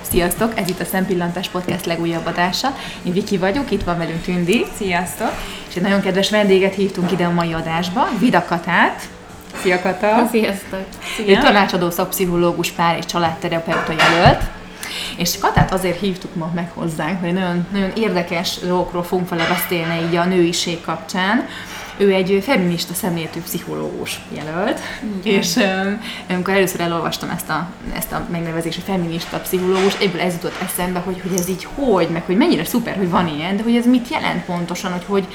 Sziasztok! Ez itt a Szempillantás Podcast legújabb adása. Én Viki vagyok, itt van velünk Tündi. Sziasztok! És egy nagyon kedves vendéget hívtunk ide a mai adásba, Vida Katát. Szia Kata! Sziasztok! Ő tanácsadó szakpszichológus, pár- és családterapeuta jelölt. És Katát azért hívtuk ma meg hozzánk, hogy nagyon, nagyon érdekes dolgokról fogunk vele beszélni így a nőiség kapcsán. Ő egy feminista szemléletű pszichológus jelölt, és amikor először elolvastam ezt a megnevezést, a feminista pszichológus, ebből ez jutott eszembe, hogy ez így hogy, meg hogy mennyire szuper, hogy van ilyen, de hogy ez mit jelent pontosan, hogy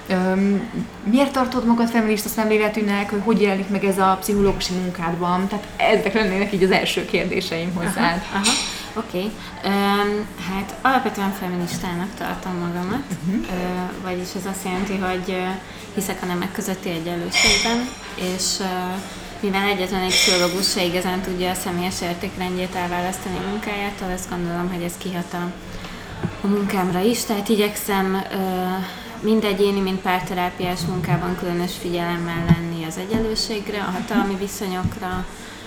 miért tartod magad feminista szemléletűnek, hogy jelenik meg ez a pszichológusi munkádban, tehát ezek lennének így az első kérdéseim hozzád. Oké. Hát alapvetően feministának tartom magamat, vagyis ez azt jelenti, hogy hiszek a nemek közötti egyenlőségben, és mivel egyetlen egy pszichológus se igazán tudja a személyes értékrendjét elválasztani a munkájától, azt gondolom, hogy ez kihat a munkámra is, tehát igyekszem mind egyéni, mind párterápiás munkában különös figyelemmel lenni az egyenlőségre, a hatalmi viszonyokra,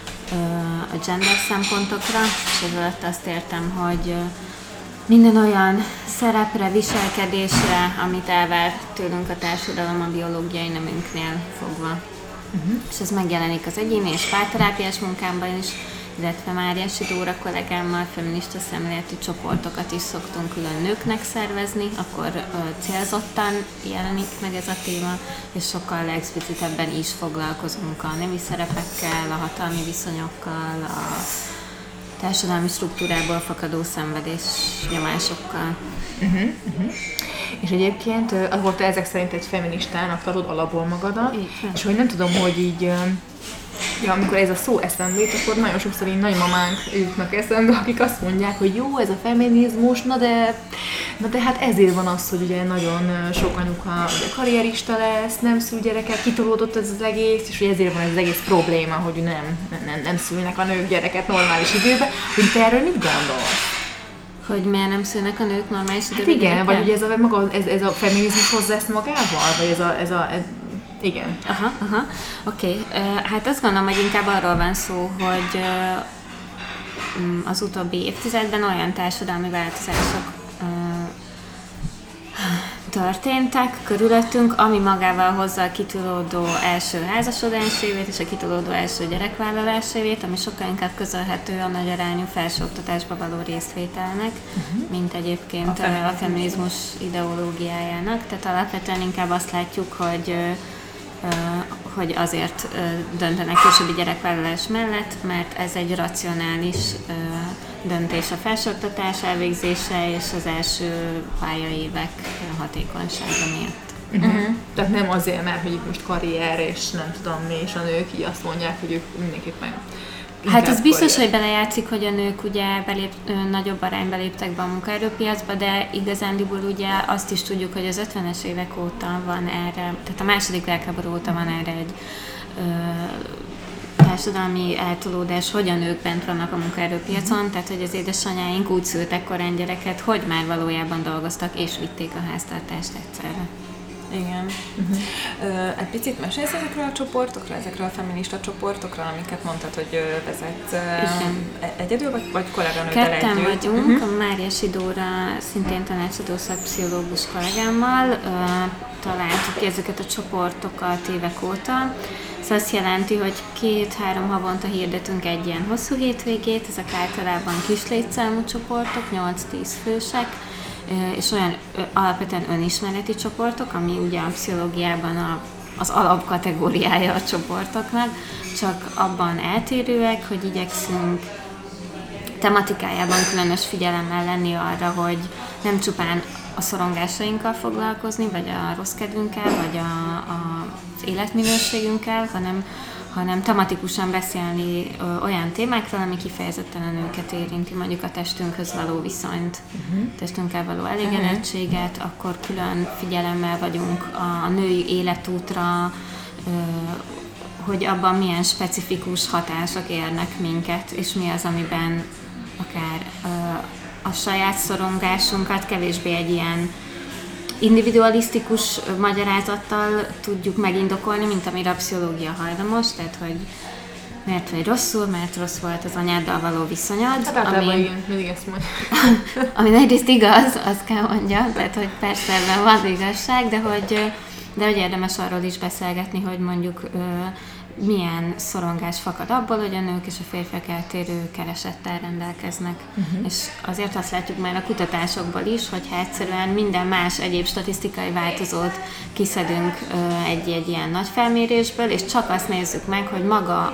a gender szempontokra, és ez alatt azt értem, hogy minden olyan szerepre, viselkedésre, amit elvár tőlünk a társadalom a biológiai nemünknél fogva. És ez megjelenik az egyéni és párterápiás munkámban is, illetve Máriási Dóra kollégámmal feminista szemléletű csoportokat is szoktunk külön nőknek szervezni, akkor célzottan jelenik meg ez a téma, és sokkal explicitebben is foglalkozunk a nemi szerepekkel, a hatalmi viszonyokkal, a társadalmi struktúrából fakadó szenvedés nyomásokkal. És egyébként akkor te ezek szerint egy feministának tartod alapból magadat, és hogy nem tudom, hogy így, amikor ez a szó eszembe jut, akkor nagyon sokszor így nagymamánk jutnak eszembe, akik azt mondják, hogy jó, ez a feminizmus, na de hát ezért van az, hogy ugye nagyon sok anyuka ugye karrierista lesz, nem szül gyereket, kitolódott ez az egész, és hogy ezért van ez az egész probléma, hogy nem szülnek a nők gyereket normális időben, hogy te erről mit gondolsz? Hogy miért nem szülnek a nők normális időben? Hát igen, vagy ugye ez a feminizmus hozza ezt magával, vagy igen. Oké. Hát azt gondolom, hogy inkább arról van szó, hogy az utóbbi évtizedben olyan társadalmi változások történtek körülöttünk, ami magával hozza a kitolódó első házasodás évét és a kitolódó első gyerekvállalás évét, ami sokkal inkább közölhető a nagy arányú felsőoktatásba való részvételnek, mint egyébként a feminizmus ideológiájának. Tehát alapvetően inkább azt látjuk, hogy azért döntenek későbbi gyerekvállalás mellett, mert ez egy racionális döntés a felsőoktatás elvégzése és az első pályaévek hatékonysága miatt. Tehát nem azért, mert hogy itt most karrier és nem tudom mi, és a nők így azt mondják, hogy ők mindenképpen hát az biztos, hogy belejátszik, hogy a nők ugye nagyobb arányba léptek be a munkaerőpiacba, de igazándiból ugye azt is tudjuk, hogy az 50-es évek óta van erre, tehát a második világháború óta van erre egy társadalmi eltolódás, hogy a nők bent vannak a munkaerőpiacon, tehát hogy az édesanyáink úgy szültek korán gyereket, hogy már valójában dolgoztak és vitték a háztartást egyszerre. Igen. Egy picit mesélsz ezekről a csoportokról, ezekről a feminista csoportokról, amiket mondtad, hogy vezetsz egyedül, vagy kolléganőddel együtt? Ketten vagyunk, a Máriási Dóra szintén tanácsadó szakpszichológus kollégámmal találtuk ki ezeket a csoportokat évek óta. Ez azt jelenti, hogy 2-3 havonta hirdetünk egy ilyen hosszú hétvégét, ezek általában kis létszámú csoportok, 8-10 fősek, és olyan alapvetően önismereti csoportok, ami ugye a pszichológiában az alapkategóriája a csoportoknak, csak abban eltérőek, hogy igyekszünk tematikájában különös figyelemmel lenni arra, hogy nem csupán a szorongásainkkal foglalkozni, vagy a rossz kedvünkkel, vagy az életminőségünkkel, hanem tematikusan beszélni olyan témákról, ami kifejezetten a nőket érinti, mondjuk a testünkhöz való viszonyt, testünkkel való elégedettséget, akkor külön figyelemmel vagyunk a női életútra, hogy abban milyen specifikus hatások érnek minket, és mi az, amiben akár a saját szorongásunkat kevésbé egy ilyen individualisztikus magyarázattal tudjuk megindokolni, mint amire a pszichológia hajlamos, tehát hogy miért vagy rosszul, mert rossz volt az anyáddal való viszonyod. Hát általában igen, mindig ezt mondja. Ami egyrészt igaz, azt kell mondjam, tehát hogy persze ebben van igazság, de hogy érdemes arról is beszélgetni, hogy mondjuk milyen szorongás fakad abból, hogy a nők és a férfiak eltérő keresettel rendelkeznek. És azért azt látjuk már a kutatásokból is, hogy ha egyszerűen minden más egyéb statisztikai változót kiszedünk egy ilyen nagy felmérésből, és csak azt nézzük meg, hogy maga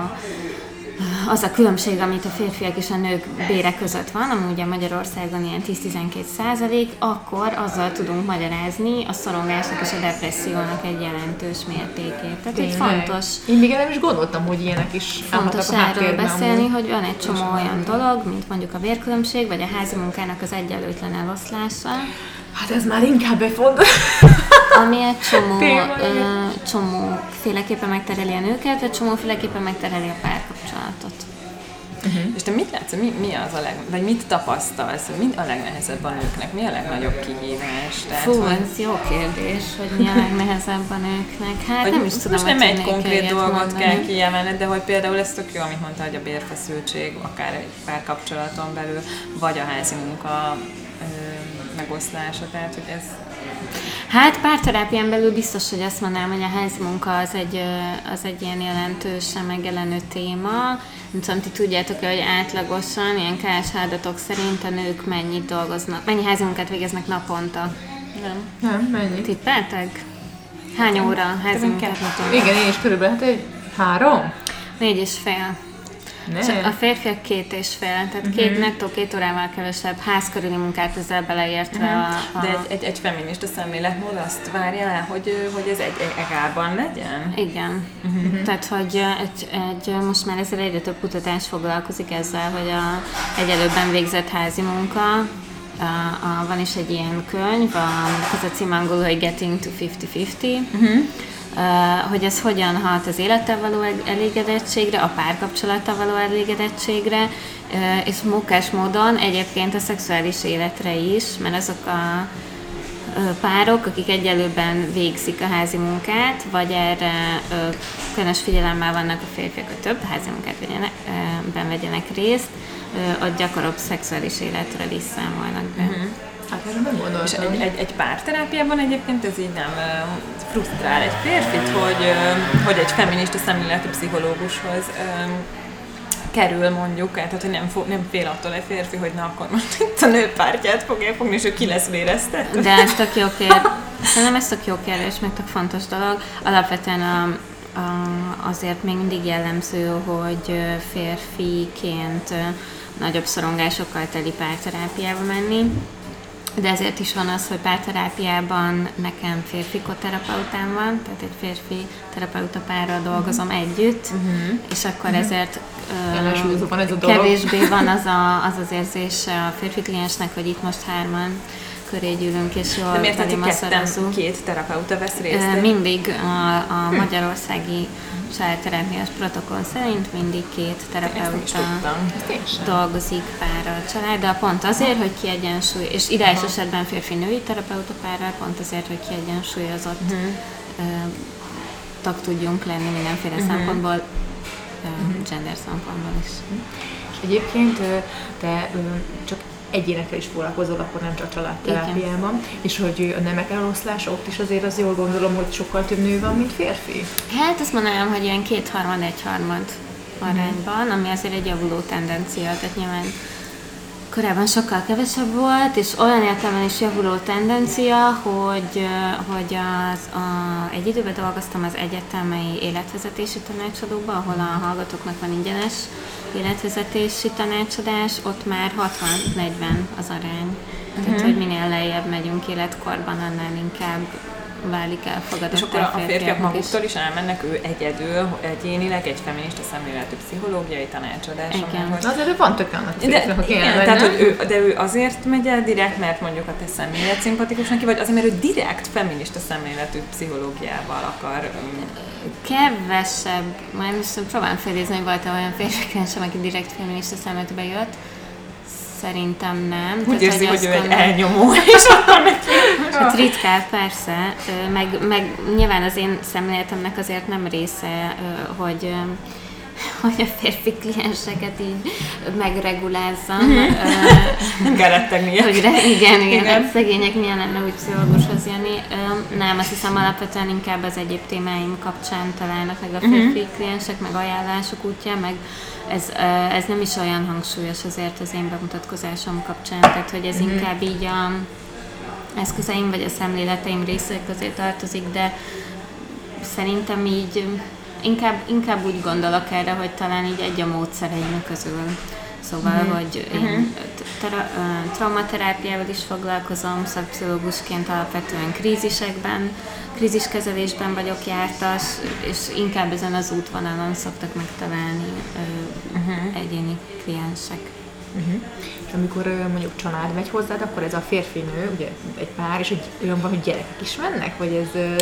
az a különbség, amit a férfiak és a nők bére között van, ami ugye Magyarországon ilyen 10-12%, akkor azzal tudunk magyarázni a szorongásnak és a depressziónak egy jelentős mértékét. Tehát egy fontos... Én még nem is gondoltam, hogy ilyenek is fontos erről beszélni, hogy van egy csomó olyan dolog, mint mondjuk a bérkülönbség, vagy a házi munkának az egyenlőtlen eloszlása. Hát ez már inkább befont. Ami egy csomó féleképpen megtereli a nőket, egy csomó féleképpen megtereli a párkapcsolatot. És te mit látsz, mi az vagy mit tapasztalsz, mi a legnehezebb a nőknek, mi a legnagyobb kihívás? Ez jó kérdés, hogy mi a legnehezebb a nőknek. Hát nem is tudom, most nem egy konkrét dolgot kell kiemelned, de hogy például ez tök jó, amit mondta, hogy a bérfeszültség, akár egy párkapcsolaton belül, vagy a házi munka megoszlása, tehát hogy ez... Hát párterápián belül biztos, hogy azt mondanám, hogy a házi munka az egy ilyen jelentősen megjelenő téma. Nem tudom, ti tudjátok, hogy átlagosan, ilyen KSH adatok szerint a nők mennyit dolgoznak, mennyi házi munkát végeznek naponta? Nem, mennyi? Tippeltek? Hány óra házi munkát naponta? Igen, én is körülbelül, hát 3? 4,5. A férfiak 2,5, tehát nettó 2 órával kevesebb ház körüli munkát ezzel beleértve. De egy feminista szemléletmód azt várja el, hogy ez egy egálban legyen? Igen. Tehát, hogy most már ezzel egyre több kutatás foglalkozik ezzel, hogy egy előbben végzett házi munka, van is egy ilyen könyv, az a cím angolul, hogy Getting to 50-50, hogy ez hogyan hat az élettel való elégedettségre, a párkapcsolattal való elégedettségre, és munkás módon egyébként a szexuális életre is, mert azok a párok, akik egyelőben végzik a házi munkát, vagy erre különös figyelemmel vannak a férfiak, hogy több házi munkát vegyenek részt, ott gyakorobb szexuális életre is számolnak be. Hát erre nem gondoltam. És egy párterápiában egyébként ez így nem frusztrál egy férfit, hogy egy feminista szemléletű pszichológushoz kerül mondjuk, tehát hogy nem fél attól egy férfi, hogy na akkor most itt a nő pártját fogja fogni, és ő ki lesz véreztetve. De ez tök jó kérdés. Szerintem ez tök jó kérdés, meg tök fontos dolog. Alapvetően azért még mindig jellemző, hogy férfiként nagyobb szorongásokkal teli párterápiába menni. De ezért is van az, hogy párterápiában nekem férfi koterapeutám van, tehát egy férfi terapeuta párral dolgozom együtt, és akkor ezért kevésbé van az érzése a férfi kliensnek, hogy itt most 3-an köré gyűlünk, és jól masszorozunk. Két terapeuta vesz részt? Mindig a magyarországi családterápiás protokoll szerint mindig 2 terapeuta dolgozik párral a családdal, pont azért, hogy kiegyensúly, és ideális esetben férfi-női terapeuta párral, pont azért, hogy kiegyensúlyozott tag tudjunk lenni mindenféle szempontból, gender szempontból is. És egyébként te csak egyénekkel is foglalkozol, akkor nem csak családterápiában, és hogy a nemek eloszlása ott is azért az jól gondolom, hogy sokkal több nő van, mint férfi? Hát azt mondanám, hogy ilyen 2/3, 1/3 arányban, ami azért egy javuló tendencia, tehát nyilván korábban sokkal kevesebb volt, és olyan értelemben is javuló tendencia, hogy egy időben dolgoztam az egyetemi életvezetési tanácsadóban, ahol a hallgatóknak van ingyenes életvezetési tanácsadás, ott már 60-40 az arány. Tehát, hogy minél lejjebb megyünk életkorban, annál inkább válik elfogadott. És akkor a férfiak maguktól is elmennek, ő egyedül, egyénileg egy feminista szemléletű pszichológiai tanácsadáson. Igen. Na, de van tök annak férfiak, akik elmennek. Tehát, ő azért megy el direkt, mert mondjuk a te szemlélet szimpatikus neki, vagy azért, mert ő direkt feminista szemléletű pszichológiával akar... Kevesebb, már próbálom felidézni, hogy volt olyan férfi sem, aki direkt feminista szemléletűbe jött. Szerintem nem. Úgy érzi, hogy ő egy elnyomó, és akkor neki... Hát ritkább, persze, meg nyilván az én szemléletemnek azért nem része, a férfi klienseket így megregulázzam. Nem kell rettegnie. Igen, szegények milyen lenne úgy pszichológushoz jönni. Nem, azt hiszem alapvetően inkább az egyéb témáim kapcsán találnak meg a férfi kliensek, meg ajánlások útján, meg ez nem is olyan hangsúlyos azért az én bemutatkozásom kapcsán, tehát hogy ez inkább így a eszközeim vagy a szemléleteim részei közé tartozik, de szerintem így inkább úgy gondolok erre, hogy talán így egy a módszereim közül. Szóval, hogy én traumaterápiával is foglalkozom, szakpszichológusként alapvetően kríziskezelésben vagyok jártas, és inkább ezen az útvonalon szoktak megtalálni egyéni kliensek. És amikor mondjuk család megy hozzád, akkor ez a férfi-nő, ugye egy pár, és olyan van, hogy gyerekek is mennek? Vagy ez...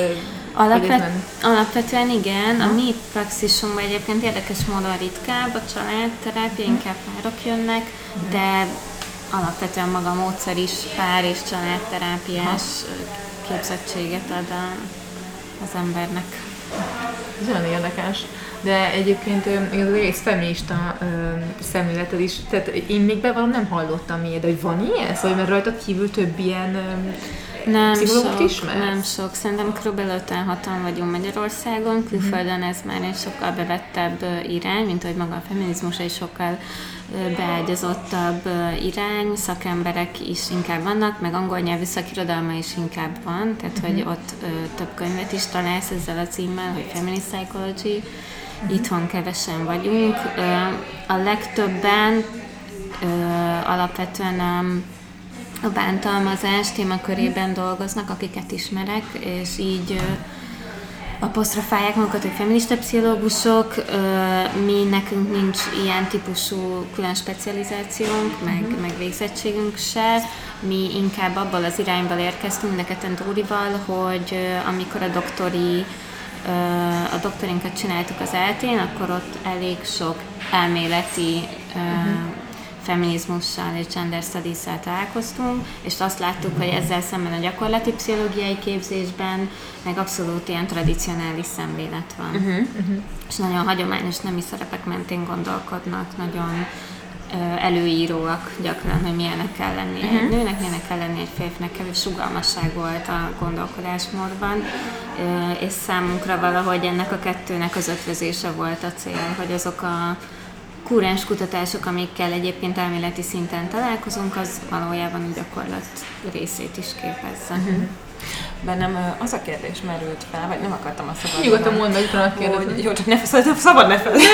Alapvetően igen. A mi praxisunkban egyébként érdekes módon ritkább a családterápia, inkább párok jönnek, de alapvetően maga a módszer is pár- és családterápiás képzettséget ad az embernek. Ez olyan érdekes. De egyébként az egész feminista szemléleted is, tehát én még bevallom nem hallottam ilyet, de hogy van ilyen? Szóval, mert rajta kívül több ilyen pszichológust ismersz? Nem sok. Szerintem kb. 5-6-an vagyunk Magyarországon, külföldön ez már egy sokkal bevettebb irány, mint hogy maga a feminizmus egy sokkal beágyazottabb irány, szakemberek is inkább vannak, meg angol nyelvű szakirodalma is inkább van, tehát hogy ott több könyvet is találsz ezzel a címmel, hogy Feminist Psychology. Itthon kevesen vagyunk. A legtöbben alapvetően a bántalmazás témakörében dolgoznak, akiket ismerek, és így apostrofálják magukat, hogy feminista pszichológusok, nekünk nincs ilyen típusú külön specializációnk, meg végzettségünk se. Mi inkább abból az irányból érkeztünk, mind a ketten Dórival, hogy amikor a doktorinkat csináltuk az ELTE-n, akkor ott elég sok elméleti feminizmussal és gender studies-szel találkoztunk, és azt láttuk, hogy ezzel szemben a gyakorlati pszichológiai képzésben meg abszolút ilyen tradicionális szemlélet van. És nagyon hagyományos nemi szerepek mentén gondolkodnak, nagyon előíróak gyakran, hogy milyenek kell lenni egy nőnek, milyenek kell lenni egy férfinek, kevés rugalmasság volt a gondolkodásmódban, és számunkra valahogy ennek a kettőnek az ötvözése volt a cél, hogy azok a kúrens kutatások, amikkel egyébként elméleti szinten találkozunk, az valójában a gyakorlat részét is képezze. Bennem az a kérdés merült fel, vagy nem akartam azt szabadni. Nyugodtan mondd, hogy van a kérdés. Jó, csak szabad ne fel.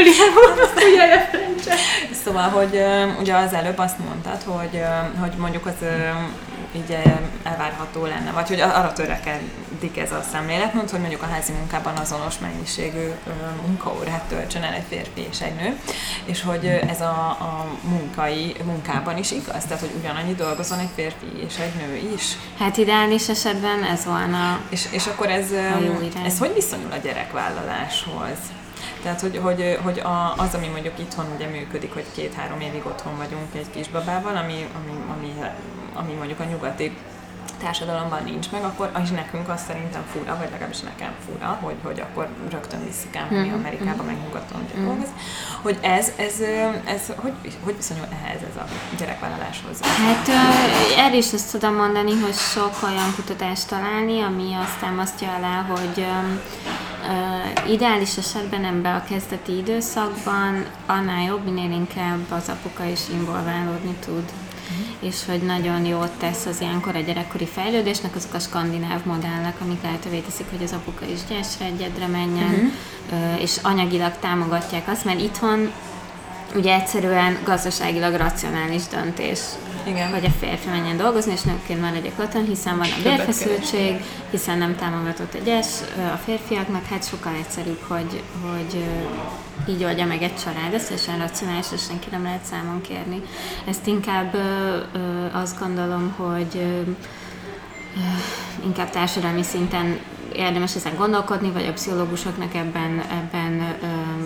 Szóval, hogy ugye az előbb azt mondtad, hogy mondjuk az így elvárható lenne, vagy hogy arra törekedik ez a szemléletmód, hogy mondjuk a házi munkában azonos mennyiségű munkaórát töltsön el egy férfi és egy nő, és hogy ez a munkában is igaz, tehát hogy ugyanannyi dolgozon egy férfi és egy nő is. Hát ideális esetben ez volna és akkor ez hogy viszonyul a gyerekvállaláshoz? Tehát, hogy az, ami mondjuk itthon ugye működik, hogy 2-3 évig otthon vagyunk egy kisbabával, ami mondjuk a nyugati társadalomban nincs meg, akkor az nekünk azt szerintem fura, vagy legalábbis nekem fura, hogy akkor rögtön visszük ám Amerikába, meg nyugaton dolgozni. Hogy ez hogy viszonyul ehhez, ez a gyerekvállaláshoz? Hát erre is azt tudom mondani, hogy sok olyan kutatást találni, ami azt támasztja alá, hogy ideális esetben ebben a kezdeti időszakban annál jobb, minél inkább az apuka is involválódni tud. És hogy nagyon jót tesz az ilyenkor a gyerekkori fejlődésnek azok a skandináv modellek, amik lehetővé teszik, hogy az apuka is gyesre, egyedre menjen, és anyagilag támogatják azt, mert itthon ugye egyszerűen gazdaságilag racionális döntés, igen, hogy a férfi menjen dolgozni, és nőként már legyek otthon, hiszen van a bérfeszültség, hiszen nem támogatott a gyes a férfiaknak, hát sokkal egyszerűbb, hogy így oldja meg egy család, ez teljesen racionális, és senki nem lehet számon kérni. Ezt inkább azt gondolom, hogy inkább társadalmi szinten érdemes ezen gondolkodni, vagy a pszichológusoknak ebben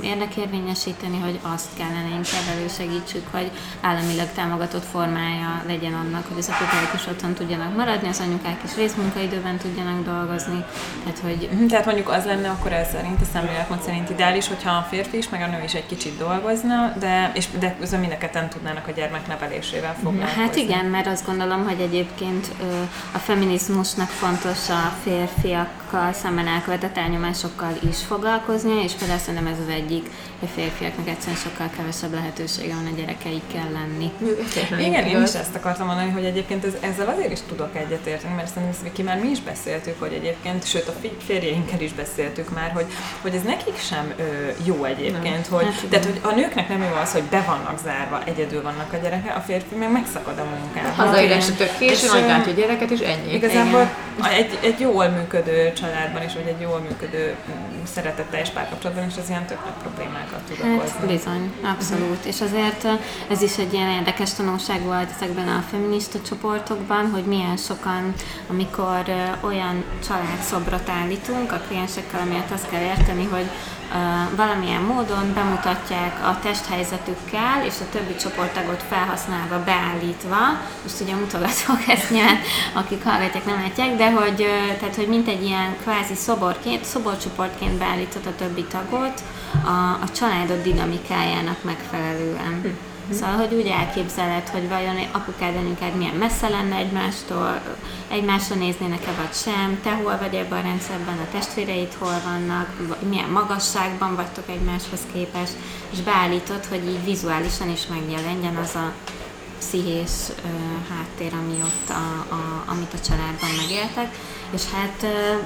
érdekérvényesíteni, hogy azt kellene inkább elősegítsük, hogy államilag támogatott formája legyen annak, hogy az apukák is otthon tudjanak maradni, az anyukák is részmunkaidőben tudjanak dolgozni. Tehát mondjuk az lenne akkor ez szerint, a szemléletmód szerint ideális, hogyha a férfi is, meg a nő is egy kicsit dolgozna, de közben mind a ketten tudnának a gyermeknevelésével foglalkozni. Hát igen, mert azt gondolom, hogy egyébként a feminizmusnak fontos a férfiakkal szemben elkövetett elnyomásokkal is foglalkoznia, és például szerintem ez az egyik, hogy a férfiaknak egyszerűen sokkal kevesebb lehetősége van a gyerekeikkel lenni. Igen, én is ezt akartam mondani, hogy egyébként ezzel azért is tudok egyetérteni, mert szerintem már mi is beszéltük, hogy egyébként, sőt a férjeinkkel is beszéltük már, hogy ez nekik sem jó egyébként, tehát hogy a nőknek nem jó az, hogy be vannak zárva, egyedül vannak a gyereke, a férfi meg megszakad a munkában. Hazaérés tök későn, nagylátja a gyereket, és ennyi. Igazából egy jól működő családban is, vagy egy jól működő szeretetteljes párkapcsolatban is az ilyen tök nagy problémákat tud okozni. Hát bizony, abszolút. És azért ez is egy ilyen érdekes tanulság volt ezekben a feminista csoportokban, hogy milyen sokan, amikor olyan családszobrot állítunk a kliensekkel, amiért azt kell érteni, hogy valamilyen módon bemutatják a testhelyzetükkel, és a többi csoporttagot felhasználva, beállítva, most ugye mutogatok ezt nyilván, akik hallgatják, nem látják, de hogy mint egy ilyen kvázi szoborcsoportként beállítod a többi tagot a családod dinamikájának megfelelően. Szóval, hogy úgy elképzeled, hogy vajon apukád, anyukád milyen messze lenne egymástól, egymásra néznének-e vagy sem, te hol vagy ebben a rendszerben, a testvéreid hol vannak, milyen magasságban vagytok egymáshoz képest, és beállítod, hogy így vizuálisan is megjelenjen az a pszichés háttér, ami ott amit a családban megéltek, és hát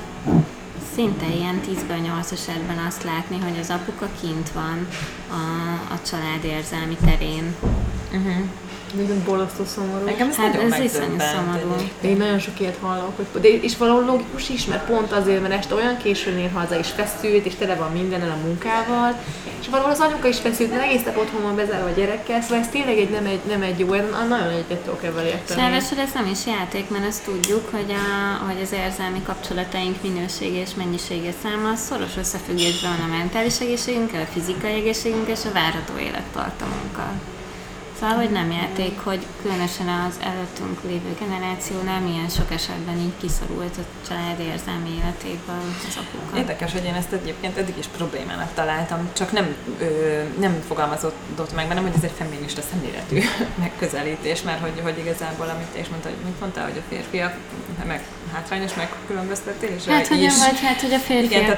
szinte ilyen 10-ből 8 esetben azt látni, hogy az apuka kint van a család érzelmi terén. Nagyon borzasztó szomorú. Nekem ez iszonyú szomorú. De én nagyon sok ilyet hallok, és valahol logikus is, mert pont azért, mert este olyan későn ér haza, és feszült, és tele van mindennel a munkával, és valahol az anyuka is feszült, mert egész nap otthon van bezárva a gyerekkel, szóval ez tényleg nem egy jó, nagyon egyet tudok ebben érteni. Ráadásul ez nem is játék, mert azt tudjuk, hogy az érzelmi kapcsolataink minősége és mennyisége száma szoros összefüggésben van a mentális egészségünkkel, a fizikai egészségünkkel és a várható élettartamunkkal. Szóval, hogy nem játék, hogy különösen az előttünk lévő generációnál milyen sok esetben így kiszorult a család érzelmi életéből az apuka. Érdekes, hogy én ezt egyébként eddig is problémának találtam, csak nem fogalmazódott meg, mert nem, hogy ez egy feminista szemléletű megközelítés, mert hogy igazából, amit te is mondtad, mit mondtál, hogy a férfiak meg hátrányos megkülönböztetés? Hát, hogy hogy a férfiak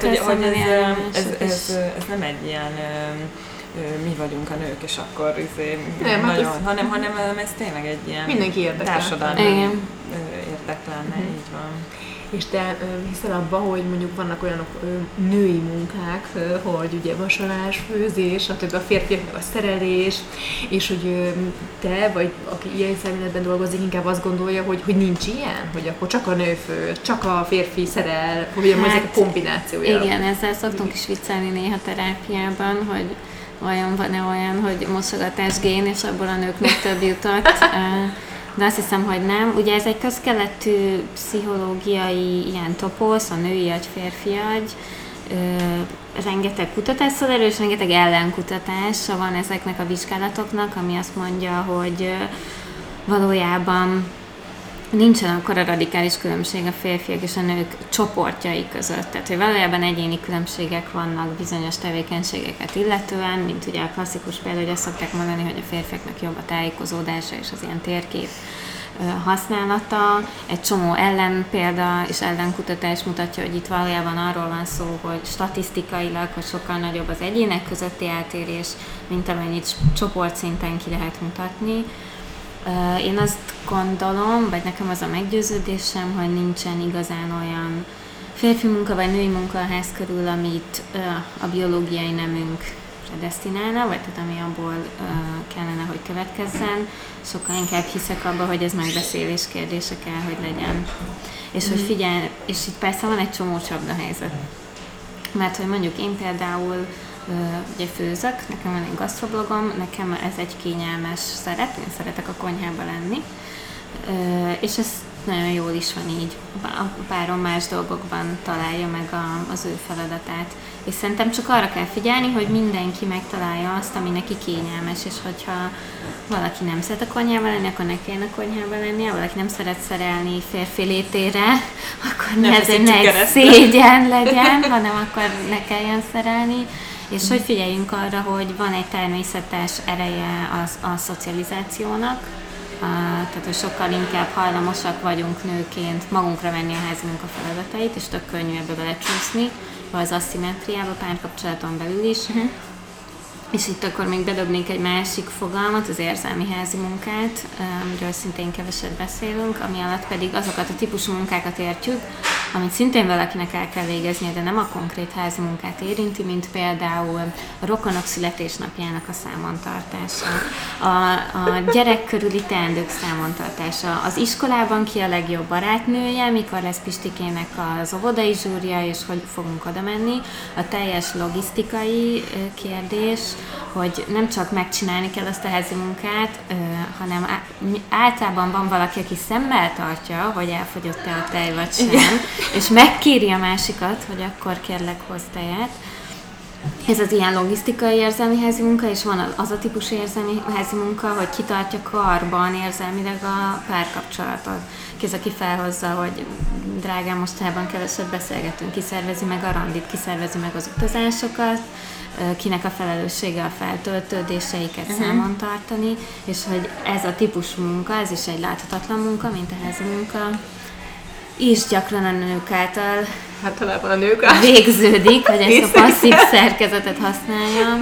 ez nem egy ilyen mi vagyunk a nők, és akkor nem, nagyon, hanem ez tényleg egy ilyen társadalmi érdek lenne, így van. És te hiszel abba, hogy mondjuk vannak olyanok női munkák, hogy ugye vasalás, főzés, stb. A férfiaknak a szerelés, és hogy te, vagy aki ilyen szemléletben dolgozik, inkább azt gondolja, hogy nincs ilyen? Hogy akkor csak a nő főz, csak a férfi szerel, hogy ezek a kombinációja. Igen, ezzel szoktunk is viccelni néha terápiában, hogy vajon van-e olyan, hogy mosogatásgén, és abból a nőknek több jutott. De azt hiszem, hogy nem. Ugye ez egy közkeletű pszichológiai ilyen toposz, a női agy, férfi agy. Rengeteg kutatás szól erről, és rengeteg ellenkutatása van ezeknek a vizsgálatoknak, ami azt mondja, hogy valójában nincsen akkora radikális különbség a férfiak és a nők csoportjai között. Tehát, hogy valójában egyéni különbségek vannak bizonyos tevékenységeket illetően, mint ugye a klasszikus példa, hogy azt szokták mondani, hogy a férfiaknak jobb a tájékozódása és az ilyen térkép használata. Egy csomó ellenpélda és ellenkutatás mutatja, hogy itt valójában arról van szó, hogy statisztikailag, hogy sokkal nagyobb az egyének közötti eltérés, mint amennyit csoportszinten ki lehet mutatni. Én azt gondolom, vagy nekem az a meggyőződésem, hogy nincsen igazán olyan férfi munka vagy női munka a ház körül, amit a biológiai nemünk predesztinálna, vagy tehát ami abból kellene, hogy következzen. Sokkal inkább hiszek abba, hogy ez megbeszélés kérdése kell, hogy legyen. És hogy figyelj, és itt persze van egy csomó csapdahelyzet. Mert hogy mondjuk én például ugye főzök, nekem van egy gasztroblogom, nekem ez egy kényelmes szerep, én szeretek a konyhába lenni, és ez nagyon jól is van így. A párom más dolgokban találja meg az ő feladatát. És szerintem csak arra kell figyelni, hogy mindenki megtalálja azt, ami neki kényelmes, és hogyha valaki nem szeret a konyhában lenni, akkor ne kelljen a konyhában lennie, valaki nem szeret szerelni férfi létére, akkor ne egy szégyen legyen, hanem akkor ne kelljen szerelni. És hogy figyeljünk arra, hogy van egy természetes ereje a szocializációnak, tehát hogy sokkal inkább hajlamosak vagyunk nőként magunkra venni a házi munka feladatait, és tök könnyű ebbe belecsúszni, vagy az aszimmetriába párkapcsolaton belül is. És itt akkor még bedobnék egy másik fogalmat, az érzelmi házi munkát, amiről szintén keveset beszélünk, ami alatt pedig azokat a típusú munkákat értjük, amit szintén valakinek el kell végeznie, de nem a konkrét házi munkát érinti, mint például a rokonok születésnapjának a számontartása, a gyerek körüli teendők számontartása, az iskolában ki a legjobb barátnője, mikor lesz Pistikének az óvodai zsúrja, és hogy fogunk oda menni, a teljes logisztikai kérdés, hogy nem csak megcsinálni kell azt a házi munkát, hanem általában van valaki, aki szemmel tartja, hogy elfogyott-e a tej vagy sem, és megkéri a másikat, hogy akkor kérlek hozz tejet. Ez az ilyen logisztikai érzelmi házi munka, és van az a típusú érzelmi házi munka, hogy kitartja karban érzelmileg a párkapcsolatot. Ki az, aki felhozza, hogy drágám, mostában keveset beszélgetünk, kiszervezi meg a randit, kiszervezi meg az utazásokat, kinek a felelőssége a feltöltődéseiket számon tartani, és hogy ez a típusú munka, ez is egy láthatatlan munka, mint a házi munka, és gyakran a nők által általában a nők végződik, hogy ezt a passzív szerkezetet használja.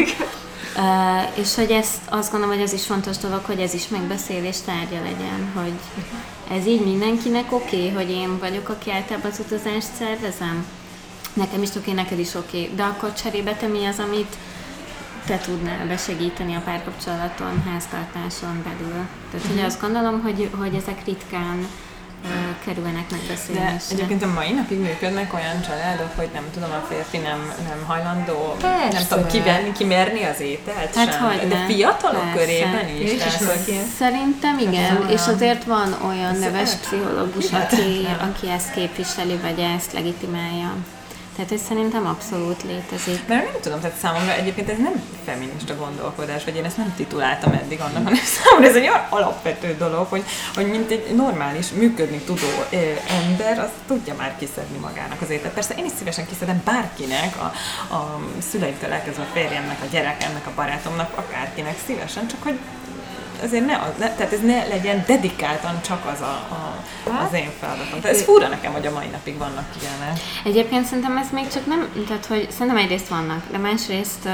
És hogy ezt azt gondolom, hogy ez is fontos dolog, hogy ez is megbeszélés tárgya legyen, hogy ez így mindenkinek oké, hogy én vagyok, aki általában az utazást szervezem. Nekem is oké, neked is oké, de akkor cserébe te mi az, amit te tudnál besegíteni a párkapcsolaton, háztartáson belül. Tehát hogy azt gondolom, hogy ezek ritkán kerülnek megbeszélésre. De egyébként a mai napig működnek olyan családok, hogy nem tudom, a férfi nem hajlandó, persze, nem tudom kimérni az ételt hát sem. De fiatalok körében is. Szerintem igen, és azért van olyan neves pszichológus, aki ezt képviseli, vagy ezt legitimálja. Tehát ez szerintem abszolút létezik. Mert nem tudom, tehát számomra egyébként ez nem feminista gondolkodás, vagy én ezt nem tituláltam eddig annak, hanem számomra ez egy olyan alapvető dolog, hogy mint egy normális, működni tudó ember, az tudja már kiszedni magának az ételt. Persze én is szívesen kiszedem bárkinek, a szüleimtől elkezdve a férjemnek, a gyerekemnek, a barátomnak, akárkinek szívesen, csak hogy azért tehát ez ne legyen dedikáltan csak az én feladatom. Tehát ez fura nekem, hogy a mai napig vannak ilyenek. Egyébként szerintem ez még csak nem, tehát hogy szerintem egyrészt vannak, de másrészt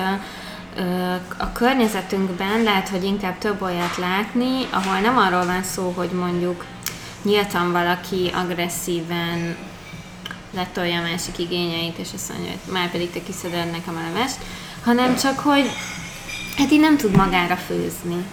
a környezetünkben lehet, hogy inkább több olyat látni, ahol nem arról van szó, hogy mondjuk nyíltan valaki agresszíven letolja a másik igényeit, és azt mondja, hogy már pedig te kiszeded nekem a levest, hanem csak, hogy hát így nem tud magára főzni.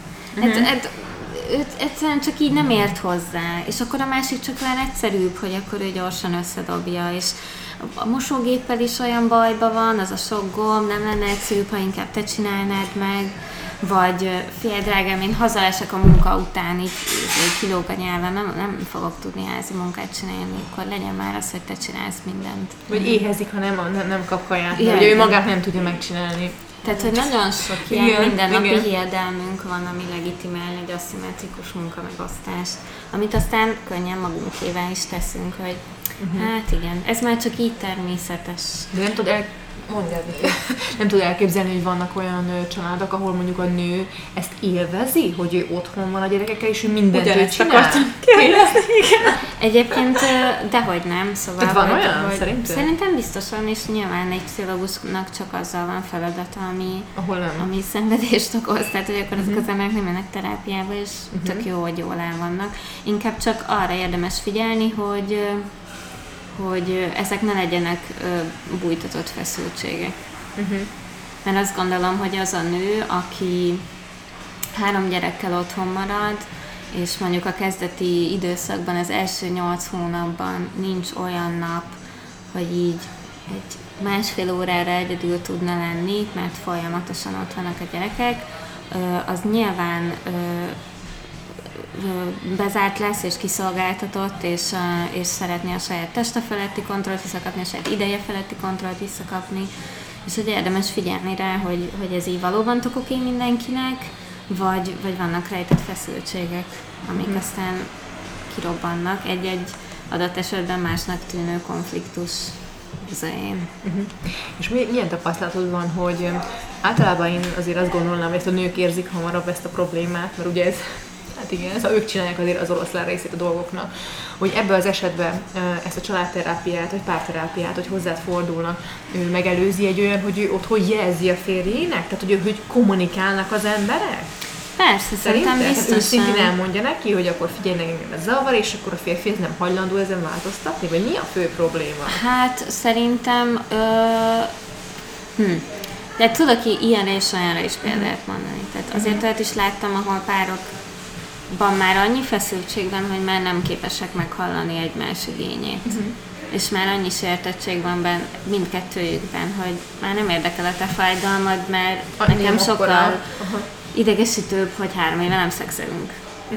Egyszerűen csak így nem ért hozzá, és akkor a másik csak már egyszerűbb, hogy akkor ő gyorsan összedobja, és a mosógéppel is olyan bajban van, az a sok gomb, nem lenne egyszerűbb, ha inkább te csinálnád meg, vagy fél drágám, én hazaesek a munka után, így kilóg a nyelven, nem fogok tudni házi munkát csinálni, akkor legyen már az, hogy te csinálsz mindent. Vagy éhezik, ha nem kap kaját, ugye ő magát nem tudja megcsinálni. Tehát, hogy nagyon sok ilyen mindennapi hiedelmünk van, ami legitimálja egy aszimmetrikus munkamegosztást, amit aztán könnyen magunkévá is teszünk, hogy hát igen, ez már csak így természetes. De nem tud elképzelni, hogy vannak olyan családok, ahol mondjuk a nő ezt élvezi, hogy ő otthon van a gyerekekkel, és ő mindent ő csinál. Egyébként dehogy nem, szóval... Tehát van olyan, szerintem biztosan, és nyilván egy pszichológusnak csak azzal van feladata, ami szenvedést okoz, tehát hogy akkor azok az emberek nem mennek terápiába, és tök jó, hogy jól el vannak. Inkább csak arra érdemes figyelni, hogy ezek ne legyenek bújtatott feszültségek. Mert azt gondolom, hogy az a nő, aki 3 gyerekkel otthon marad, és mondjuk a kezdeti időszakban, az első 8 hónapban nincs olyan nap, hogy így egy 1,5 órára egyedül tudna lenni, mert folyamatosan ott vannak a gyerekek, az nyilván bezárt lesz és kiszolgáltatott, és szeretné a saját teste feletti kontrollt visszakapni, a saját ideje feletti kontrollt visszakapni, és hogy érdemes figyelni rá, hogy ez így valóban tök oké mindenkinek, vagy vannak rejtett feszültségek, amik aztán kirobbannak egy-egy adott esetben másnak tűnő konfliktus közején. És milyen tapasztalatod van, hogy általában én azért azt gondolnám, hogy ezt a nők érzik hamarabb ezt a problémát, mert ugye ez, hát igen, ez, ők csinálják azért az oroszlán részét a dolgoknak, hogy ebben az esetben ezt a családterápiát, vagy párterápiát, hogy hozzád fordulnak, ő megelőzi egy olyan, hogy ő otthon jelzi a férjének? Tehát, hogy kommunikálnak az emberek? Persze, szerintem biztosan. Őszintén elmondja neki, hogy akkor figyelj, engem ez zavar, és akkor a férfi nem hajlandó ezen változtatni? Vagy mi a fő probléma? Hát szerintem de tudok ilyenre és olyanra is példát mondani. Tehát azért olyat is láttam, ahol párokban már annyi feszültség van, hogy már nem képesek meghallani egymás igényét. És már annyi sértettség van mindkettőjükben, hogy már nem érdekel a te fájdalmad, mert nekem sokkal idegesítőbb, hogy 3 éve nem szexelünk.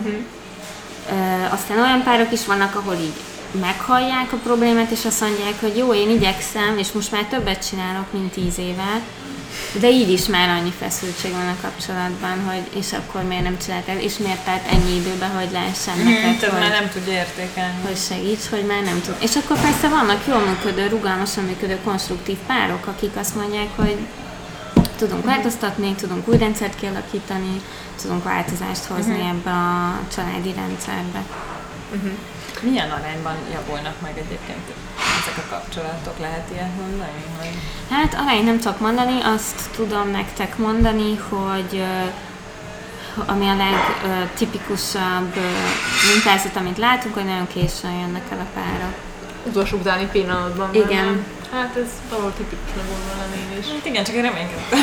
Aztán olyan párok is vannak, ahol így meghallják a problémát, és azt mondják, hogy jó, én igyekszem, és most már többet csinálok, mint 10 éve, de így is már annyi feszültség van a kapcsolatban, hogy és akkor miért nem csináltál, és miért telt ennyi időben, hogy lássam neked, hogy már nem tudja értékelni. Hogy segíts, hogy már nem tud. És akkor persze vannak jól működő, rugalmasan működő, konstruktív párok, akik azt mondják, hogy tudunk változtatni, tudunk új rendszert kialakítani, tudunk változást hozni ebbe a családi rendszerbe. Milyen arányban javulnak meg egyébként ezek a kapcsolatok? Lehet ilyet mondani? Hogy... Hát arányt nem tudok mondani, azt tudom nektek mondani, hogy ami a legtipikusabb mintázat, amit látunk, hogy nagyon későn jönnek el a párok. Utolsó utáni pillanatban. Igen. Nem? Hát ez valahol tipikusnak gondolom én is. Hát igen, csak én reménykedtem.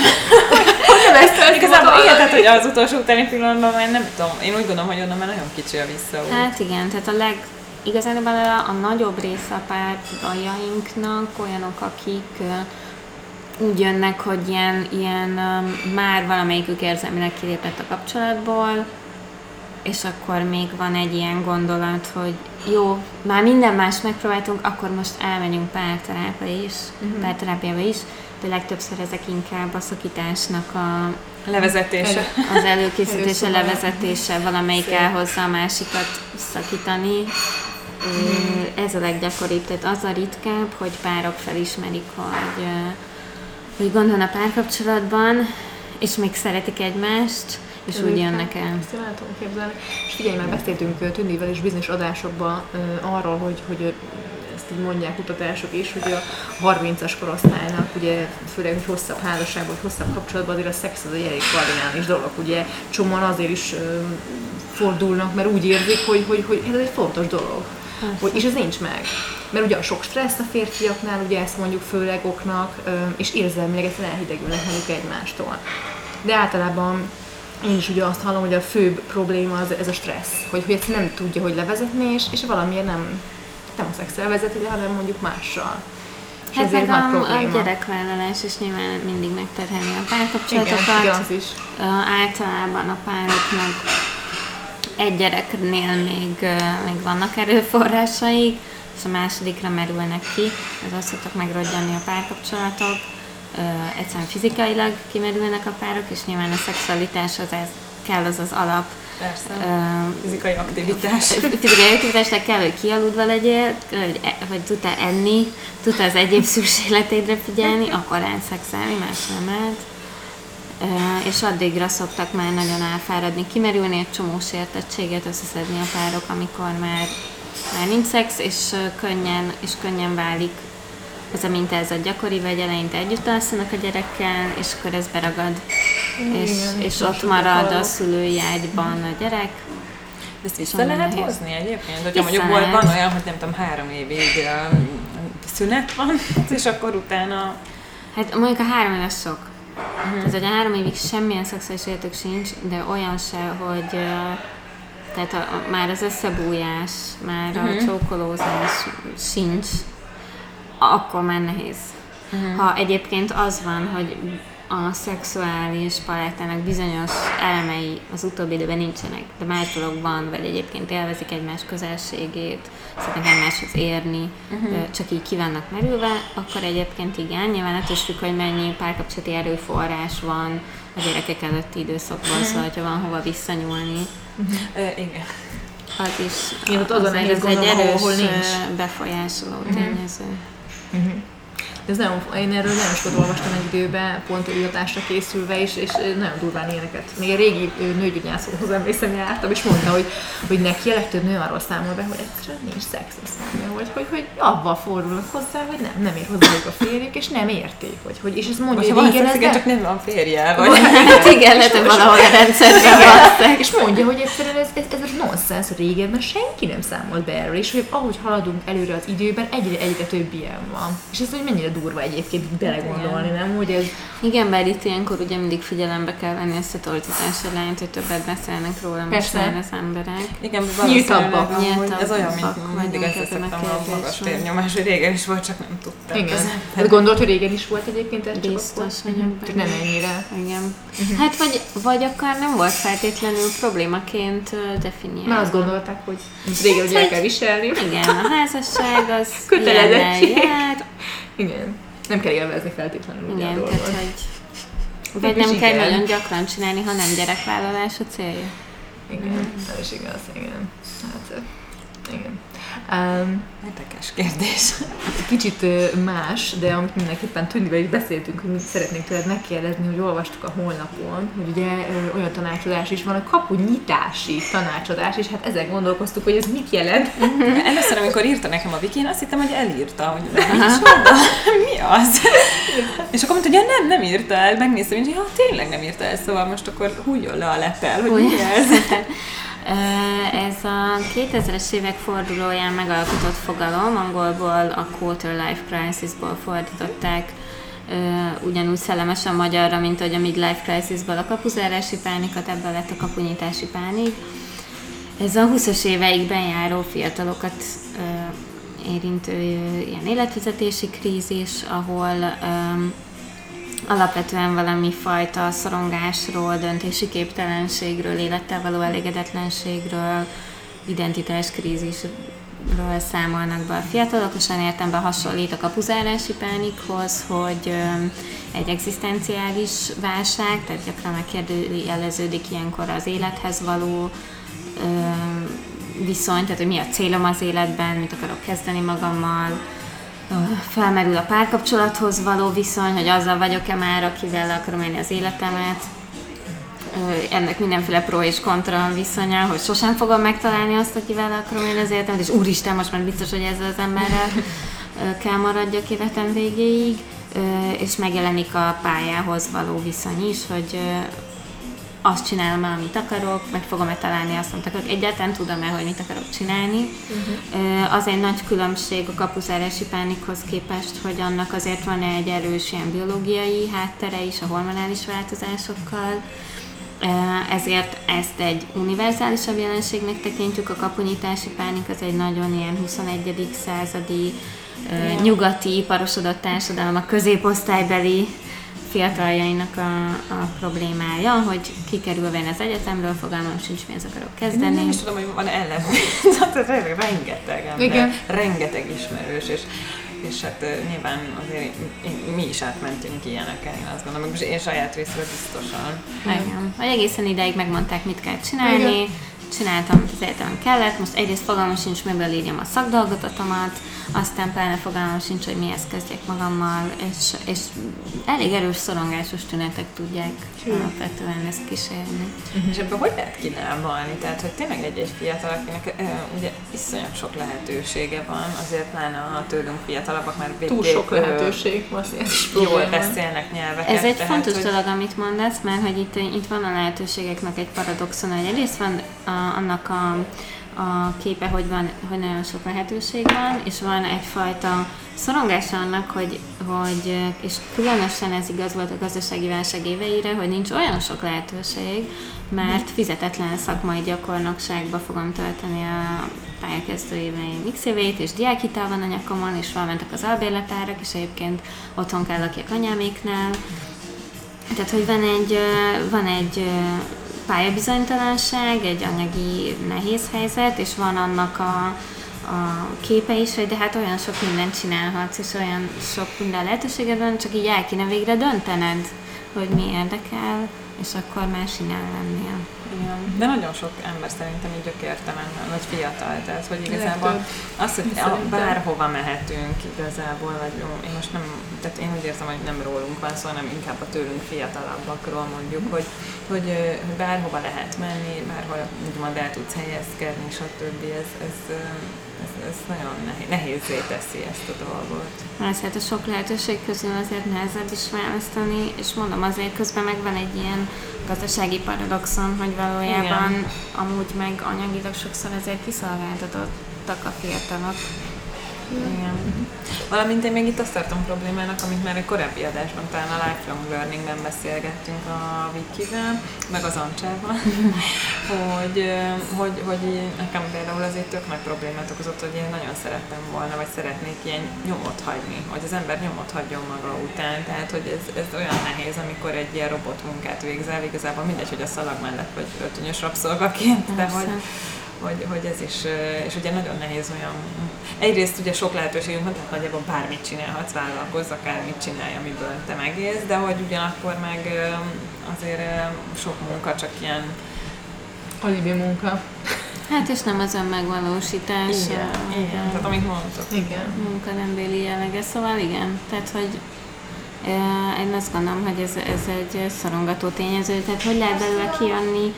Igazából igen, tehát hogy az utolsó utáni pillanatban már nem tudom. Én úgy gondolom, hogy onnan már nagyon kicsi a visszaút. Hát igen, tehát igazából a nagyobb része a párjainknak olyanok, akik úgy jönnek, hogy ilyen már valamelyikük érzelmileg kilépett a kapcsolatból, és akkor még van egy ilyen gondolat, hogy jó, már minden más megpróbáltunk, akkor most elmegyünk párterápiába is, de legtöbbször ezek inkább a szakításnak a levezetése. Az előkészítése, levezetése, valamelyik elhozza a másikat szakítani. Ez a leggyakoribb, tehát az a ritkább, hogy párok felismerik, hogy gond van a párkapcsolatban, és még szeretik egymást, és úgy jönnek el. Ezt el tudom képzelni. És figyelj, már beszéltünk Tündivel és bizonyos adásokban arról, hogy ezt így mondják kutatások is, hogy a 30-as korosztálynak, ugye főleg, hogy hosszabb házasságban, vagy hosszabb kapcsolatban azért a szex az egy elég kardinális dolog, ugye csomóan azért is fordulnak, mert úgy érzik, hogy ez egy fontos dolog. És ez nincs meg. Mert ugye a sok stressz a férfiaknál, ugye ezt mondjuk főleg oknak, és érzelmileg egyszerűen elhidegülnek mondjuk egymástól. De általában én is ugye azt hallom, hogy a főbb probléma az ez a stressz, hogy ezt nem tudja, hogy levezetni, és valamiért nem a szexel vezeti le, hanem mondjuk mással. És hát ezért nagy probléma. A gyerekvállalás is nyilván mindig megterheli a párkapcsolatokat. Igen, az is. Általában a pároknak egy gyereknél még vannak erőforrásaik, és a másodikra merülnek ki, ez azt szoktak megrodjanni a párkapcsolatok. Egyszerűen fizikailag kimerülnek a párok, és nyilván a szexualitás kell az alap. Persze, fizikai aktivitás. Fizikai aktivitásnak kell, hogy kialudva legyél, vagy tudtál enni, tudtál az egyéb szükségleteidre figyelni, akkor elszexelni, más nem lehet. És addigra szoktak már nagyon elfáradni, kimerülni, egy csomó sértettséget összeszedni a párok, amikor már nincs szex, és könnyen válik az a mintázat gyakori, vagy eleinte együtt alszanak a gyerekkel, és akkor ez beragad, és ott marad a szülői ágyban a gyerek. De ezt vissza lehet hozni egyébként? Hogyha mondjuk van olyan, hogy nem tudom, 3 évig szünet van, és akkor utána... Hát mondjuk a 3 éves sok. Tehát, hogy a 3 évig semmilyen szexuális életük sincs, de olyan se, hogy tehát már az összebújás, már a csókolózás sincs, akkor már nehéz. Ha egyébként az van, hogy a szexuális palettának bizonyos elemei az utóbbi időben nincsenek, de más dolog van, vagy egyébként élvezik egymás közelségét, szeretnek egymáshoz érni, csak így ki vannak merülve, akkor egyébként igen, nyilván attól függ, hogy mennyi párkapcsolati erőforrás van a gyerekek előtti időszakban, szóval, hogyha van hova visszanyúlni. Igen. Az is Igen, az egy erős ahol nincs befolyásoló tényező. Ez nagyon, én erről nagyon sokat olvastam egy időben, pont írtásra készülve is, és nagyon durván ilyeneket. Még a régi nőgyógyászóhoz emlékszem, jártam, és mondta, hogy neki a legtöbb nő arról számol be, hogy egyszerűen nincs szex, azt mondja, hogy avval fordulnak hozzá, hogy nem ér hozzájuk a férjük, és nem érték, és ezt mondja, hogy régen ez csak nem van férje, vagy hát igen, lehet, hogy valahol a rendszerben van. És mondja, hogy egyszerűen ez nonsens, régebben senki nem számolt be erről, és hogy ahogy haladunk előre az időben, egyre több ilyen van. És ez hogy mennyire durva egyébként belegondolni, nem? Hogy ez... Igen, bár itt ilyenkor ugye mindig figyelembe kell venni ezt a torzítás arányt, hogy többet beszélnek róla most már az emberek. Igen, nyíltabbak. Ez olyan, mint mindig összeszedtem a magas térnyomás, hogy régen is volt, csak nem tudtam. Igen. Hát gondolt, hogy régen is volt egyébként ez biztos vagyok csak nem ennyire. Igen. Hát vagy akkor nem volt feltétlenül problémaként definiálva. Mert azt gondolták, hogy régen ugye el kell viselni. Igen, a házasság az kötelezettség. Igen. Nem kell élvezni feltétlenül. Igen, tehát hogy... Vagy nem kell nagyon gyakran csinálni, ha nem gyerekvállalás a célja. Igen, ez is igaz, igen. Hát, igen. Érdekes kérdés. Kicsit más, de amit mindenképpen Tündivel is beszéltünk, hogy mit szeretnénk tőled megkérdezni, hogy olvastuk a honlapon, hogy ugye olyan tanácsadás is van, a kapunyitási tanácsadás, és hát ezzel gondolkoztuk, hogy ez mit jelent. Először, amikor írta nekem a Viki, én azt hittem, hogy elírta, hogy mi az? És akkor mondta, hogy nem írta el, megnéztem, hogy tényleg nem írta el, szóval most akkor hújjon le a lepel, hogy mi ez? Ez a 2000-es évek fordulóján megalkotott fogalom, angolból a Quarter Life Crisisból fordították, ugyanúgy szellemesen magyarra, mint hogy a Midlife Crisisból a kapuzárási pánikat, ebből lett a kapunyitási pánik. Ez a 20-as éveikben járó fiatalokat érintő ilyen életvezetési krízis, ahol alapvetően valami fajta szorongásról, döntési képtelenségről, élettel való elégedetlenségről, identitáskrízisről számolnak be a fiatalok, és olyan értelemben hasonlít a kapuzárási pánikhoz, hogy egy egzisztenciális válság, tehát gyakran megkérdőjeleződik ilyenkor az élethez való viszony, tehát hogy mi a célom az életben, mit akarok kezdeni magammal, felmerül a párkapcsolathoz való viszony, hogy azzal vagyok-e már, akivel akarom élni az életemet. Ennek mindenféle pro és kontra viszonya, hogy sosem fogom megtalálni azt, akivel akarom élni az életemet, és úristen, most már biztos, hogy ezzel az emberrel kell maradjak életem végéig, és megjelenik a pályához való viszony is, hogy azt csinálom el, amit akarok, meg fogom-e találni azt, amit akarok, egyáltalán tudom-e, hogy mit akarok csinálni. Az egy nagy különbség a kapuzárási pánikhoz képest, hogy annak azért van egy erős ilyen biológiai háttere is a hormonális változásokkal, ezért ezt egy univerzálisabb jelenségnek tekintjük, a kapunyitási pánik az egy nagyon ilyen 21. századi nyugati, iparosodott társadalom, a középosztálybeli fiataljainak a problémája, hogy kikerülve az egyetemről, fogalmam sincs, mi akarok kezdeni. Nem is tudom, hogy van ellen. Rengeteg ember, rengeteg ismerős, és hát nyilván azért mi is átmentünk ilyeneken, én azt gondolom, és én saját részről biztosan. Igen. Vagy egészen ideig megmondták, mit kell csinálni, igen. Csináltam, amit az egyetemen kellett, most egyrészt fogalmam sincs, miből írjam a szakdolgozatomat, aztán pláne fogalmam sincs, hogy mihez kezdjek magammal, és elég erős szorongásos tünetek tudják alapvetően ezt kísérni. És ebből hogy lehet kilábalni? Tehát, hogy tényleg egy fiatal, akinek ugye iszonyat sok lehetősége van, azért pláne a tőlünk fiatalabbak már túl sok lehetőség van, jól beszélnek nyelveket. Ez egy fontos dolog, amit mondasz, mert hogy itt van a lehetőségeknek egy paradoxon, hogy egyrészt van annak a képe, hogy nagyon sok lehetőség van, és van egyfajta szorongása annak, hogy és különösen ez igaz volt a gazdasági válság éveire, hogy nincs olyan sok lehetőség, mert fizetetlen szakmai gyakornokságba fogom tölteni a pályakezdő éveim x éveit, és diákhitel van a nyakamon, és felmentek az albérletárak, és egyébként otthon kell lakjak anyáméknál, Tehát, hogy van egy pályabizonytalanság, egy anyagi nehéz helyzet, és van annak a képe is, hogy de hát olyan sok mindent csinálhatsz, és olyan sok minden lehetőséged van, csak így el kéne végre döntened, hogy mi érdekel, és akkor már csinál lennél. Igen. De nagyon sok ember szerintem így gyökértelen, vagy fiatal, tehát hogy igazából az, hogy bárhova mehetünk igazából, vagy én most nem, tehát én úgy érzem, hogy nem rólunk van szó, hanem inkább a tőlünk fiatalabbakról mondjuk, hogy bárhova lehet menni, bárhol úgymond el tudsz helyezkedni, stb. Ez nagyon nehézzé teszi ezt a dolgot. Hát a sok lehetőség közül azért nehezebb is választani, és mondom, azért közben meg van egy ilyen gazdasági paradoxon, hogy valójában amúgy meg anyagilag sokszor azért kiszolgáltatottak a fiatalok. Igen. Valamint én még itt azt tartom problémának, amit már egy korábbi adásban, talán a Lifelong Learningben beszélgettünk a Vikivel, meg az Ancsával, hogy nekem például azért tök nagy problémát okozott, hogy én nagyon szerettem volna, vagy szeretnék ilyen nyomot hagyni, hogy az ember nyomot hagyjon maga után, tehát hogy ez olyan nehéz, amikor egy ilyen robotmunkát végzel, igazából mindegy, hogy a szalag mellett vagy öltönyös rabszolgaként, de hogy ez is, és ugye nagyon nehéz olyan, egyrészt ugye sok lehetőségünk van, tehát nagyjából bármit csinálhatsz, vállalkozz, akármit csinálj, amiből te megélsz, de hogy ugyanakkor meg azért sok munka csak ilyen alibi munka. Hát és nem az önmegvalósítás. Igen, tehát amit mondtok. Igen. Munka nem béli jellege, szóval igen, tehát hogy én azt gondolom, hogy ez egy szorongató tényező, tehát hogy lehet belőle kijönni,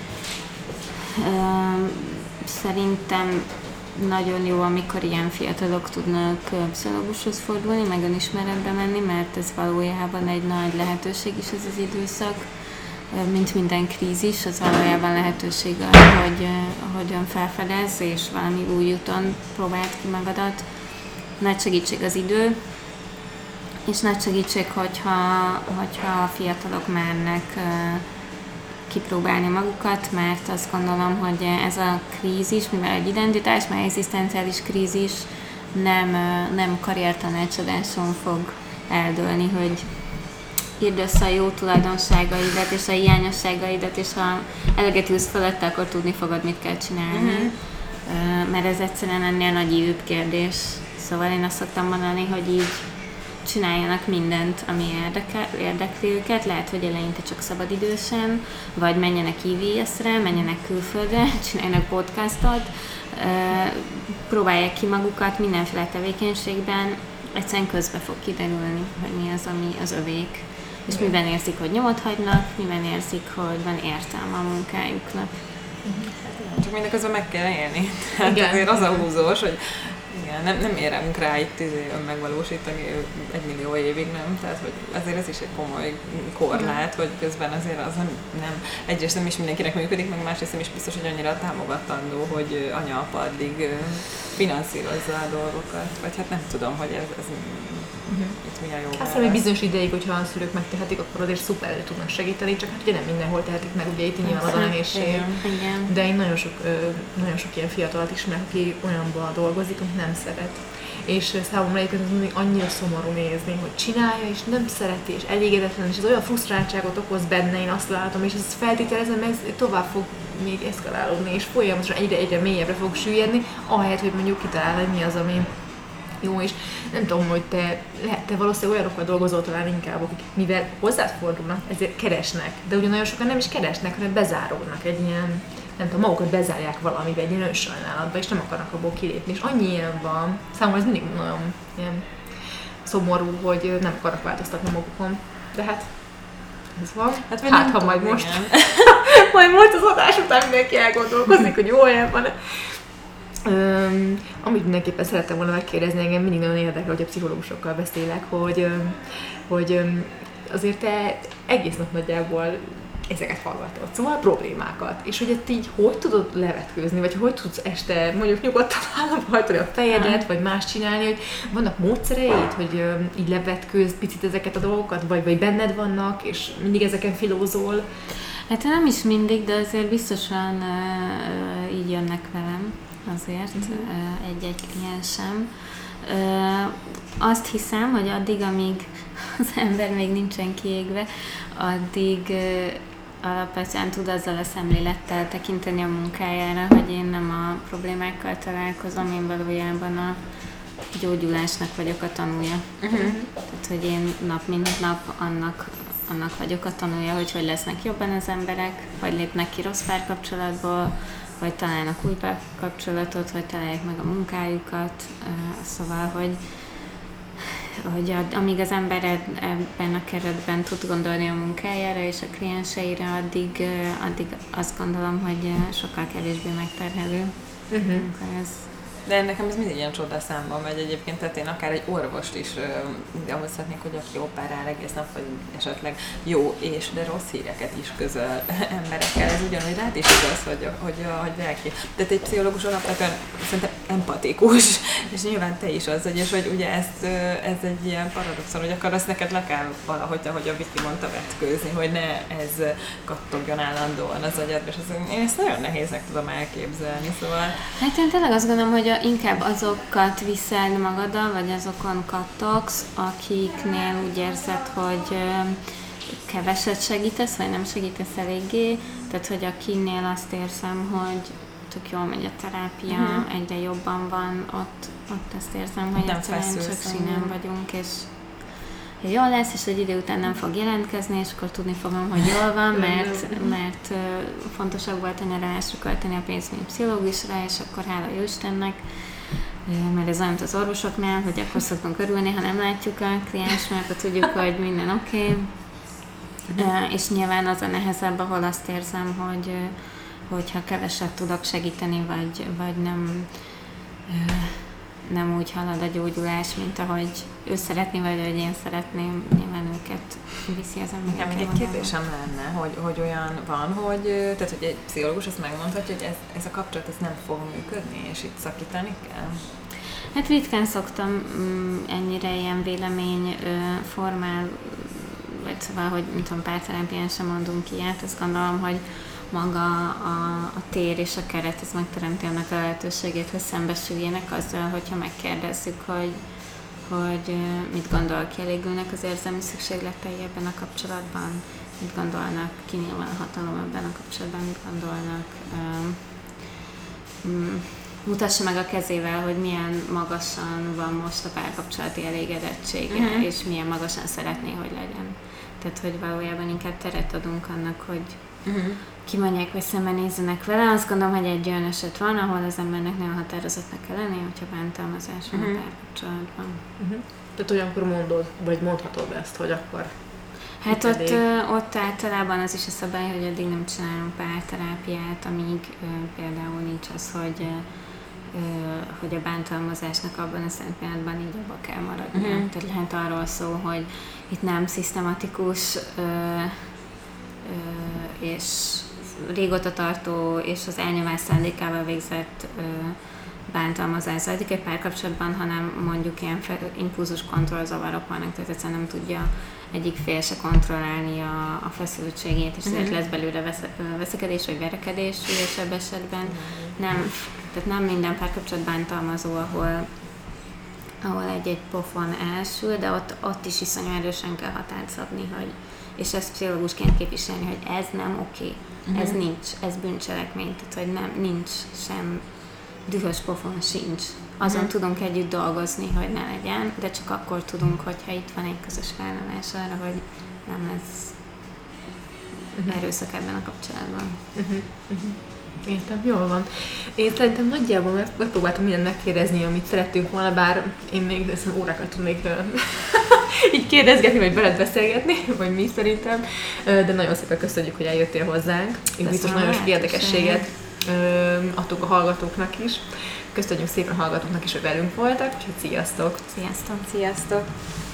szerintem nagyon jó, amikor ilyen fiatalok tudnak pszichológushoz fordulni, meg önismeretbe menni, mert ez valójában egy nagy lehetőség is ez az időszak, mint minden krízis, az valójában lehetőség arra, hogy önfelfedezz, és valami új úton próbáld ki magadat. Nagy segítség az idő, és nagy segítség, hogyha a fiatalok mernek kipróbálni magukat, mert azt gondolom, hogy ez a krízis, mivel egy identitás, már egzisztenciális krízis, nem karriertanácsadáson fog eldőlni, hogy írd össze a jó tulajdonságaidat és a hiányosságaidat, és ha eleget ülsz fölötte, akkor tudni fogod, mit kell csinálni. Mert ez egyszerűen ennél nagyívűbb kérdés. Szóval én azt szoktam mondani, hogy így csináljanak mindent, ami érdekli őket, lehet, hogy eleinte csak szabadidősen, vagy menjenek IVS-re, menjenek külföldre, csináljanak podcastot, próbálják ki magukat mindenféle tevékenységben, egyszerűen közbe fog kiderülni, hogy mi az, ami az övék. És miben érzik, hogy nyomot hagynak, miben érzik, hogy van értelme a munkájuknak. Csak mindeközben meg kell élni. Hát azért az a húzós, hogy igen, nem érünk rá itt önmegvalósítani 1 millió évig, nem? Tehát, hogy azért ez is egy komoly korlát, hogy közben azért az nem egyrészt nem is mindenkinek működik, meg másrészt nem is biztos, hogy annyira támogatandó, hogy anya-apa addig finanszírozza a dolgokat. Vagy hát nem tudom, hogy ez itt milyen jó. Azt hiszem, hogy bizonyos ideig, hogyha a szülők megtehetik, akkor azért szuper elő tudnak segíteni, csak hát ugye nem mindenhol tehetik meg, ugye itt nyilván az a nehézség. De én nagyon sok ilyen fiatalat ismerek, aki olyanban dolgozik, amit nem szeret. És számomra egyébként az még annyira szomorú nézni, hogy csinálja, és nem szereti, és elégedetlen, és ez olyan frusztráltságot okoz benne, én azt látom, és ezt feltételezem, ez tovább fog még eszkalálódni, és folyamatosan egyre mélyebbre fog süllyedni, ahelyett, hogy mondjuk kitalál, hogy mi az, ami jó, és nem tudom, hogy te valószínűleg olyanokkal dolgozol talán inkább, akik mivel hozzád fordulnak, ezért keresnek, de ugyan nagyon sokan nem is keresnek, hanem bezáródnak egy ilyen, nem tudom, magukat bezárják valamibe, egy ilyen önsajnálatba, és nem akarnak abból kilépni, és annyi ilyen van, számomra ez mindig nagyon ilyen szomorú, hogy nem akarnak változtatni magukon, de hát ez van, hát ha majd most, majd most az adás után mindenki elgondolkozik, hogy jó olyan van. Amit mindenképpen szerettem volna megkérdezni, engem mindig nagyon érdekel, hogy a pszichológusokkal beszélek, hogy azért te egész nap nagyjából ezeket hallgatod, szóval problémákat, és hogy ezt így hogy tudod levetkőzni, vagy hogy tudsz este mondjuk nyugodtan állapba hajtani a fejedet, vagy más csinálni, hogy vannak módszereid, hogy így levetkőzd picit ezeket a dolgokat, vagy benned vannak, és mindig ezeken filózol? Hát nem is mindig, de azért biztosan így jönnek velem azért egy kliensem. Azt hiszem, hogy addig, amíg az ember még nincsen kiégve, addig alapvetően tud azzal a szemlélettel tekinteni a munkájára, hogy én nem a problémákkal találkozom, én valójában a gyógyulásnak vagyok a tanúja. Tehát, hogy én nap mint nap annak vagyok a tanúja, hogy lesznek jobban az emberek, vagy lépnek ki rossz párkapcsolatból, vagy találnak új párkapcsolatot, vagy találják meg a munkájukat. Szóval, hogy amíg az ember ebben a keretben tud gondolni a munkájára és a klienseire, addig azt gondolom, hogy sokkal kevésbé megterhelő. De nekem ez mindig ilyen csodaszámban megy egyébként, tehát én akár egy orvost is hozhatnék, hogy aki operál egész nap, vagy esetleg jó de rossz híreket is közöl emberekkel. Ez ugyanúgy rád is igaz, hogy lelki. Tehát egy pszichológus alapvetően szerintem empatikus, és nyilván te is az vagy, és hogy ugye ez egy ilyen paradoxon, hogy akkor azt neked le kell valahogy, ahogy a Viki mondta, vetkőzni, hogy ne ez kattogjon állandóan az agyadra, és én ezt nagyon nehéznek tudom elképzelni, szóval... Hát én tényleg azt gondolom, hogy inkább azokat viszed magaddal, vagy azokon kattogsz, akiknél úgy érzed, hogy keveset segítesz, vagy nem segítesz eléggé. Tehát, hogy akinél azt érzem, hogy tök jól megy a terápia, egyre jobban van, ott azt érzem, hogy egyszerűen csak sinem vagyunk, és jól lesz, és egy idő után nem fog jelentkezni, és akkor tudni fogom, hogy jól van, mert fontosabb volt a nyaralásra költeni a pénzt, mint pszichológusra, és akkor hála jó Istennek, mert ez olyan, mint az orvosoknál, hogy akkor szoktunk örülni, ha nem látjuk a kliens, mert akkor tudjuk, hogy minden oké. És nyilván az a nehezebb, ahol azt érzem, hogyha keveset tudok segíteni, vagy nem úgy halad a gyógyulás, mint ahogy ő szeretné, vagy ahogy én szeretném, nyilván őket viszi az embereket. Nekem egy kérdésem lenne, hogy olyan van, tehát hogy egy pszichológus azt megmondhatja, hogy ez a kapcsolat ez nem fog működni, és itt szakítani kell? Hát ritkán szoktam ennyire ilyen vélemény formál, vagy szóval, hogy mint tudom, párterápián sem mondunk ilyet, azt gondolom, hogy maga a tér és a keret, ez megteremti annak a lehetőségét, hogy szembesüljenek azzal, hogyha megkérdezzük, hogy mit gondol, kielégülnek az érzelmi szükségletei ebben a kapcsolatban, mit gondolnak, kinél van hatalom ebben a kapcsolatban, mit gondolnak. Mutassa meg a kezével, hogy milyen magasan van most a párkapcsolati elégedettsége, és milyen magasan szeretné, hogy legyen. Tehát, hogy valójában inkább teret adunk annak, hogy kimondják, vagy szembenézzenek vele. Azt gondolom, hogy egy olyan eset van, ahol az embernek nagyon határozottnak kell lenni, hogyha bántalmazás van a párkapcsolatban. Tehát olyankor mondod, vagy mondhatod ezt, hogy akkor... Hát ott általában az is a szabály, hogy addig nem csinálunk párterápiát, amíg például nincs az, hogy a bántalmazásnak abban a szent pillanatban így abba kell maradni. Tehát lehet arról szó, hogy itt nem szisztematikus és régóta tartó és az elnyomás szándékával végzett bántalmazás zajlik egy párkapcsolatban, hanem mondjuk ilyen impulzus kontrollzavarok vannak, tehát egyszerűen nem tudja egyik fél se kontrollálni a feszültségét, és ezért lesz belőle veszekedés vagy verekedés súlyosabb esetben. Tehát nem minden párkapcsolat bántalmazó, ahol egy-egy pofon elsül, de ott is iszonyú erősen kell határt szabni, és ezt pszichológusként képviselni, hogy ez nem oké, ez nincs, ez bűncselekmény, tehát hogy nincs sem dühös pofon sincs. Azon tudunk együtt dolgozni, hogy ne legyen, de csak akkor tudunk, hogyha itt van egy közös vállalás arra, hogy nem lesz erőszak ebben a kapcsolatban. Értem, jól van. Én szerintem nagyjából megpróbáltam mindent megkérdezni, amit szerettünk volna, bár én még órákat tudnék így kérdezgetni, vagy veled beszélgetni, vagy mi szerintem, de nagyon szépen köszönjük, hogy eljöttél hozzánk. Én biztos nagyon sok érdekességet adtuk a hallgatóknak is. Köszönjük szépen a hallgatóknak is, hogy velünk voltak, úgyhogy sziasztok! Sziasztok! Sziasztok!